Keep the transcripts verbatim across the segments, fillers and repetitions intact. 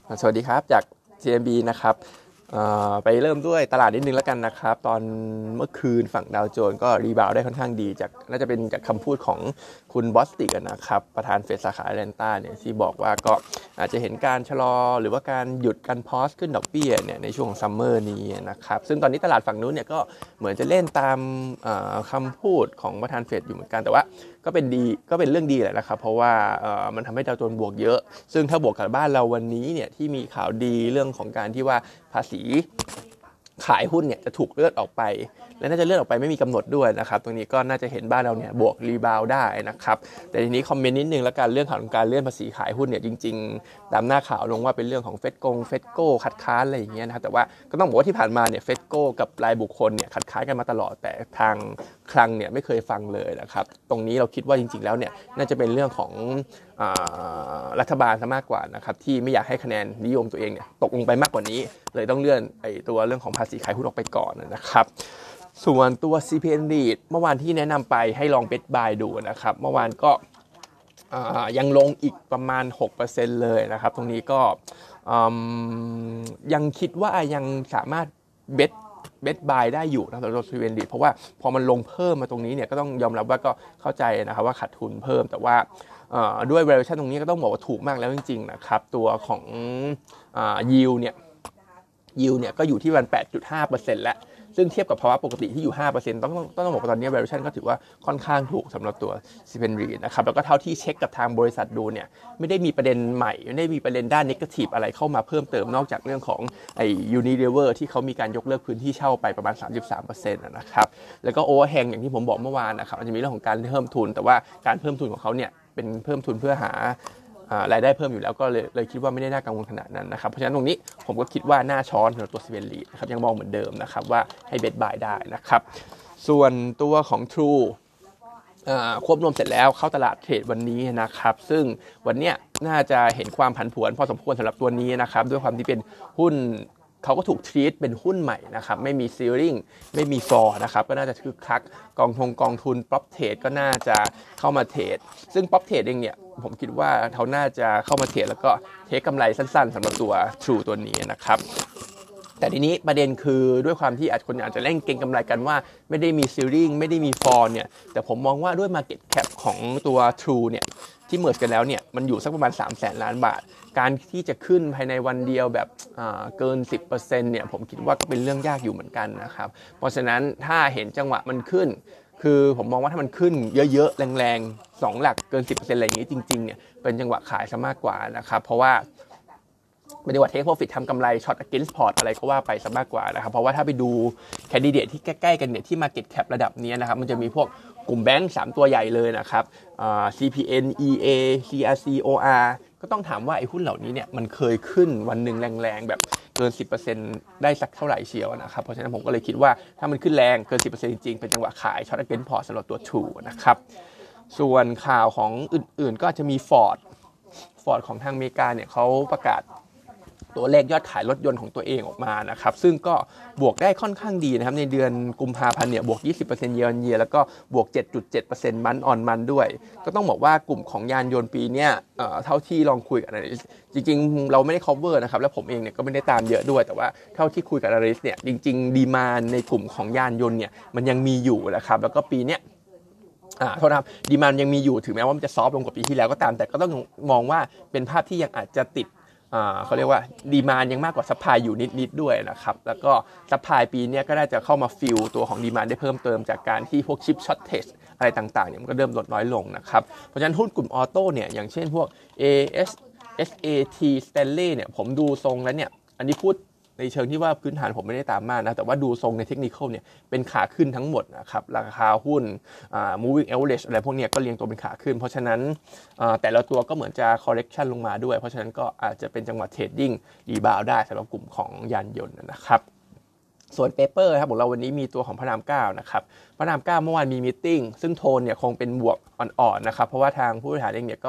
สวัสดีครับจาก จี เอ็ม บี นะครับไปเริ่มด้วยตลาดนิดนึงแล้วกันนะครับตอนเมื่อคืนฝั่งดาวโจนส์ก็รีบาวได้ค่อนข้างดีจากน่าจะเป็นจากคำพูดของคุณบอสติกนะครับประธานเฟดสาขาแอตแลนตาเนี่ยที่บอกว่าก็อาจจะเห็นการชะลอหรือว่าการหยุดการพอสขึ้นดอกเบี้ยเนี่ยในช่วงของซัมเมอร์นี้นะครับซึ่งตอนนี้ตลาดฝั่งนู้นเนี่ยก็เหมือนจะเล่นตามคำพูดของประธานเฟดอยู่เหมือนกันแต่ว่าก็เป็นดีก็เป็นเรื่องดีแหละนะครับเพราะว่ามันทำให้ดาวโจนส์บวกเยอะซึ่งถ้าบวกกับบ้านเราวันนี้เนี่ยที่มีข่าวดีเรื่องของการที่ว่าภาษีขายหุ้นเนี่ยจะถูกเลื่อนออกไปและน่าจะเลื่อนออกไปไม่มีกำหนดด้วยนะครับตรงนี้ก็น่าจะเห็นบ้านเราเนี่ยบวกรีบาวได้นะครับแต่ทีนี้คอมเมนต์นิดนึงแล้วกันเรื่องของการเลื่อนภาษีขายหุ้นเนี่ยจริงๆตามหน้าข่าวลงว่าเป็นเรื่องของเฟดกงเฟดโก้คัดค้านอะไรอย่างเงี้ยนะครับแต่ว่าก็ต้องบอกว่าที่ผ่านมาเนี่ยเฟดโก้กับรายบุคคลเนี่ยคัดค้านกันมาตลอดแต่ทางคลังเนี่ยไม่เคยฟังเลยนะครับตรงนี้เราคิดว่าจริงๆแล้วเนี่ยน่าจะเป็นเรื่องของรัฐบาลซะมากกว่านะครับที่ไม่อยากให้คะแนนนิยมตัวเองเนี่ยตกลงไปมากกว่านี้เลยต้องเลื่อนไอ้ตัวเรื่องของภาษีขายหุ้นออกไปก่อนนะครับส่วนตัว ซี พี เอ็น ดี เมื่อวานที่แนะนำไปให้ลองเบสบายดูนะครับเมื่อวานก็ยังลงอีกประมาณ หกเปอร์เซ็นต์ เลยนะครับตรงนี้ก็ยังคิดว่ายังสามารถเบสเบสบายได้อยู่นะสำหรับตัว ซี พี เอ็น ดี เพราะว่าพอมันลงเพิ่มมาตรงนี้เนี่ยก็ต้องยอมรับว่าก็เข้าใจนะครับว่าขาดทุนเพิ่มแต่ว่าด้วย valuation ตรงนี้ก็ต้องบอกว่าถูกมากแล้วจริงๆนะครับตัวของ yield เนี่ย yield เนี่ยก็อยู่ที่วัน แปดจุดห้าเปอร์เซ็นต์ แล้วซึ่งเทียบกับภาวะปกติที่อยู่ ห้าเปอร์เซ็นต์ ต้องต้องต้องบอกว่าตอนนี้ valuation ก็ถือว่าค่อนข้างถูกสำหรับตัว ซี พี เอ็น ดี นะครับแล้วก็เท่าที่เช็คกับทางบริษัทดูเนี่ยไม่ได้มีประเด็นใหม่ไม่ได้มีประเด็นด้าน negative อะไรเข้ามาเพิ่มเติมนอกจากเรื่องของไอ้ Unilever ที่เขามีการยกเลิกพื้นที่เช่าไปประมาณ สามสิบสามเปอร์เซ็นต์ นะครับแล้วก็ overhang อย่างที่ผมบอกเมื่อวานนะครับมันจะมีเรื่องของการเพิ่มทุนแต่ว่าการเพิ่มทุนของเขาเนี่ยเป็นเพิ่มทุนเพื่อหารายได้เพิ่มอยู่แล้วก็เลยเลยคิดว่าไม่ได้น่ากังวลขนาดนั้นนะครับเพราะฉะนั้นตรงนี้ผมก็คิดว่าหน้าช้อนสำหรับตัว ซี พี เอ็น ดี นะครับยังมองเหมือนเดิมนะครับว่าให้เบสบายได้นะครับส่วนตัวของ True ควบรวมเสร็จแล้วเข้าตลาดเทรดวันนี้นะครับซึ่งวันนี้น่าจะเห็นความผันผวนพอสมควรสำหรับตัวนี้นะครับด้วยความที่เป็นหุ้นเขาก็ถูกทรีตเป็นหุ้นใหม่นะครับไม่มีซีลิ่งไม่มีฟอร์นะครับก็น่าจะคึกคักกองทงกองทุนป๊อปเทรดก็น่าจะเข้ามาเทรดซึ่งป๊อปเทรดเองเนี่ยผมคิดว่าเขาน่าจะเข้ามาเทรดแล้วก็เทคกำไรสั้นๆสำหรับตัว True ตัวนี้นะครับแต่ทีนี้ประเด็นคือด้วยความที่อาจคนอาจจะเล่นเก็งกำไรกันว่าไม่ได้มีซีลิ่งไม่ได้มีฟอร์เนี่ยแต่ผมมองว่าด้วย Market Cap ของตัว True เนี่ยที่เมิร์จกันแล้วเนี่ยมันอยู่สักประมาณ สามแสนล้านบาทการที่จะขึ้นภายในวันเดียวแบบเกิน สิบเปอร์เซ็นต์ เนี่ยผมคิดว่าก็เป็นเรื่องยากอยู่เหมือนกันนะครับเพราะฉะนั้นถ้าเห็นจังหวะมันขึ้นคือผมมองว่าถ้ามันขึ้นเยอะๆแรงๆสองหลักเกิน สิบเปอร์เซ็นต์ อะไรอย่างนี้จริงๆเนี่ยเป็นจังหวะขายซะมากกว่านะครับเพราะว่าไม่ได้ว่า take profit ทำกำไร short against port อะไรก็ว่าไปซะมากกว่านะครับเพราะว่าถ้าไปดู candidate ที่ใกล้ๆกันเนี่ยที่ market cap ระดับนี้นะครับมันจะมีพวกกลุ่มแบงค์สามตัวใหญ่เลยนะครับ ซี พี เอ็น อี เอ ซี อาร์ ซี โอ อาร์ ก็ต้องถามว่าไอ้หุ้นเหล่านี้เนี่ยมันเคยขึ้นวันหนึ่งแรงๆแบบเกิน สิบเปอร์เซ็นต์ ได้สักเท่าไหร่เชียวนะครับเพราะฉะนั้นผมก็เลยคิดว่าถ้ามันขึ้นแรงเกิน สิบเปอร์เซ็นต์ จริงๆเป็นจังหวะขาย short against port สำหรับตัว True นะครับส่วนข่าวของอื่นๆก็จะมี Ford Ford ของทางอเมริกาเนี่ยเขาประกาศตัวเลขยอดขายรถยนต์ของตัวเองออกมานะครับซึ่งก็บวกได้ค่อนข้างดีนะครับในเดือนกุมภาพันธ์เนี่ยบวก ยี่สิบเปอร์เซ็นต์ year on year แล้วก็บวก เจ็ดจุดเจ็ดเปอร์เซ็นต์ month on month ด้วยก็ต้องบอกว่ากลุ่มของยานยนต์ปีนี้เอ่อเท่าที่ลองคุยกับ analyst จริงๆเราไม่ได้ cover นะครับแล้วผมเองเนี่ยก็ไม่ได้ตามเยอะด้วยแต่ว่าเท่าที่คุยกับ analyst เนี่ยจริงๆ demand ในกลุ่มของยานยนต์เนี่ยมันยังมีอยู่นะครับแล้วก็ปีนี้อ่าโทษนะครับดีมานด์ยังมีอยู่ถึงแม้ว่ามันจะซอฟต์ลงกว่าปีที่แล้วก็ตามแต่ก็ต้องมองว่าเป็นภาพที่ยังอาจจะติดเขาเรียกว่าดีมานด์ยังมากกว่าซัพพลายอยู่นิดๆด้วยนะครับแล้วก็ซัพพลายปีนี้ก็น่าจะเข้ามาฟิลตัวของดีมานด์ได้เพิ่มเติมจากการที่พวกชิปช็อตเทจอะไรต่างๆเนี่ยมันก็เริ่มลดน้อยลงนะครับเพราะฉะนั้นหุ้นกลุ่มออโต้เนี่ยอย่างเช่นพวก เอ เอส เอส เอ ที Stanley เนี่ยผมดูทรงแล้วเนี่ยอันนี้พูดในเชิงที่ว่าพื้นฐานผมไม่ได้ตามมากนะแต่ว่าดูทรงในเทคนิคเนี่ยเป็นขาขึ้นทั้งหมดนะครับราคาหุ้น moving average อะไรพวกนี้ก็เรียงตัวเป็นขาขึ้นเพราะฉะนั้นแต่ละตัวก็เหมือนจะ correction ลงมาด้วยเพราะฉะนั้นก็อาจจะเป็นจังหวะ trading rebound ได้สำหรับกลุ่มของยานยนต์นะครับส่วนเปเปอร์ครับของเราวันนี้มีตัวของพระรามเก้านะครับพระรามเก้าเมื่อวานมีมีตติ้งซึ่งโทนเนี่ยคงเป็นบวกอ่อนๆนะครับเพราะว่าทางผู้บริหารเองเนี่ยก็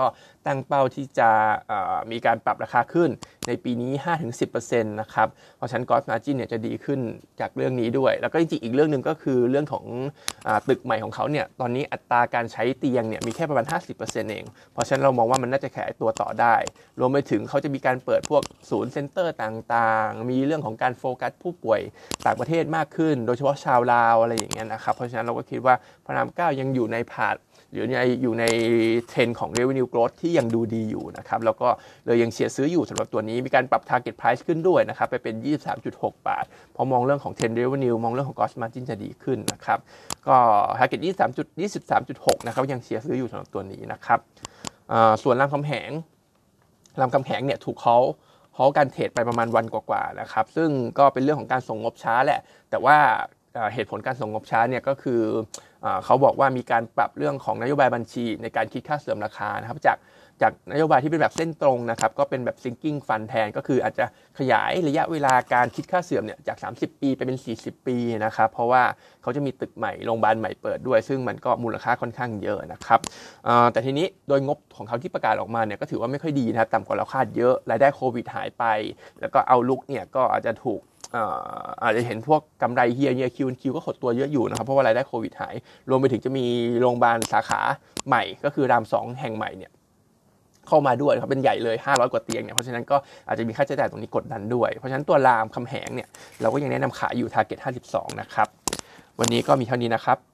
ตั้งเป้าที่จะมีการปรับราคาขึ้นในปีนี้ ห้าถึงสิบเปอร์เซ็นต์ นะครับเพราะฉะนั้น gross margin เนี่ยจะดีขึ้นจากเรื่องนี้ด้วยแล้วก็จริงๆอีกเรื่องนึงก็คือเรื่องของตึกใหม่ของเขาเนี่ยตอนนี้อัตราการใช้เตียงเนี่ยมีแค่ประมาณ ห้าสิบเปอร์เซ็นต์ เองเพราะฉะนั้นเรามองว่ามันน่าจะขยายตัวต่อได้รวมไปถึงเขาจะมีการเปิดพวกศูนย์เซ็นเตอร์ต่างๆมีเรื่องของการโฟกัสผู้ป่วยต่างประเทศมากขึ้นโดยเฉพาะชาวลาวอะไรอย่างเงี้ยนะครับเพราะฉะนั้นเราก็คิดว่าพระรามเก้ายังอยู่ในพาธหรือในอยู่ในเทรนด์ของ revenue growth ที่ยังดูดีอยู่นะครับแล้วก็เลยยังเชียร์ซื้ออยู่สำหรับตัวนี้มีการปรับ target price ขึ้นด้วยนะครับไปเป็น ยี่สิบสามจุดหก บาทพอมองเรื่องของ trend revenue มองเรื่องของ gross margin จะดีขึ้นนะครับก็ target ยี่สิบสามจุดยี่สิบสามจุดหก นะครับยังเชียร์ซื้ออยู่สำหรับตัวนี้นะครับส่วนรามคำแหงรามคำแหงเนี่ยถูกเขาเขาการเทรดไปประมาณวันกว่าๆนะครับซึ่งก็เป็นเรื่องของการส่งงบช้าแหละแต่ว่าเหตุผลการส่งงบช้าเนี่ยก็คือเขาบอกว่ามีการปรับเรื่องของนโยบายบัญชีในการคิดค่าเสื่อมราคานะครับจากจากนโยบายที่เป็นแบบเส้นตรงนะครับก็เป็นแบบ sinking fund แทนก็คืออาจจะขยายระยะเวลาการคิดค่าเสื่อมเนี่ยจากสามสิบปีไปเป็นสี่สิบปีนะครับเพราะว่าเขาจะมีตึกใหม่โรงพยาบาลใหม่เปิดด้วยซึ่งมันก็มูลค่าค่อนข้างเยอะนะครับแต่ทีนี้โดยงบของเขาที่ประกาศออกมาเนี่ยก็ถือว่าไม่ค่อยดีนะครับต่ำกว่าเราคาดเยอะรายได้โควิดหายไปแล้วก็เอาลุกเนี่ยก็อาจจะถูกอาจจะเห็นพวกกำไรเฮียเฮียคิวคิวก็หดตัวเยอะอยู่นะครับเพราะว่ารายได้โควิดหายรวมไปถึงจะมีโรงพยาบาลสาขาใหม่ก็คือรามสองแห่งใหม่เนี่ยเข้ามาด้วยครับเป็นใหญ่เลยห้าร้อยกว่าเตียงเนี่ยเพราะฉะนั้นก็อาจจะมีค่าใช้จ่ายตรงนี้กดดันด้วยเพราะฉะนั้นตัวรามคำแหงเนี่ยเราก็ยังแนะนำขายอยู่ target ห้าสิบสองนะครับวันนี้ก็มีเท่านี้นะครับ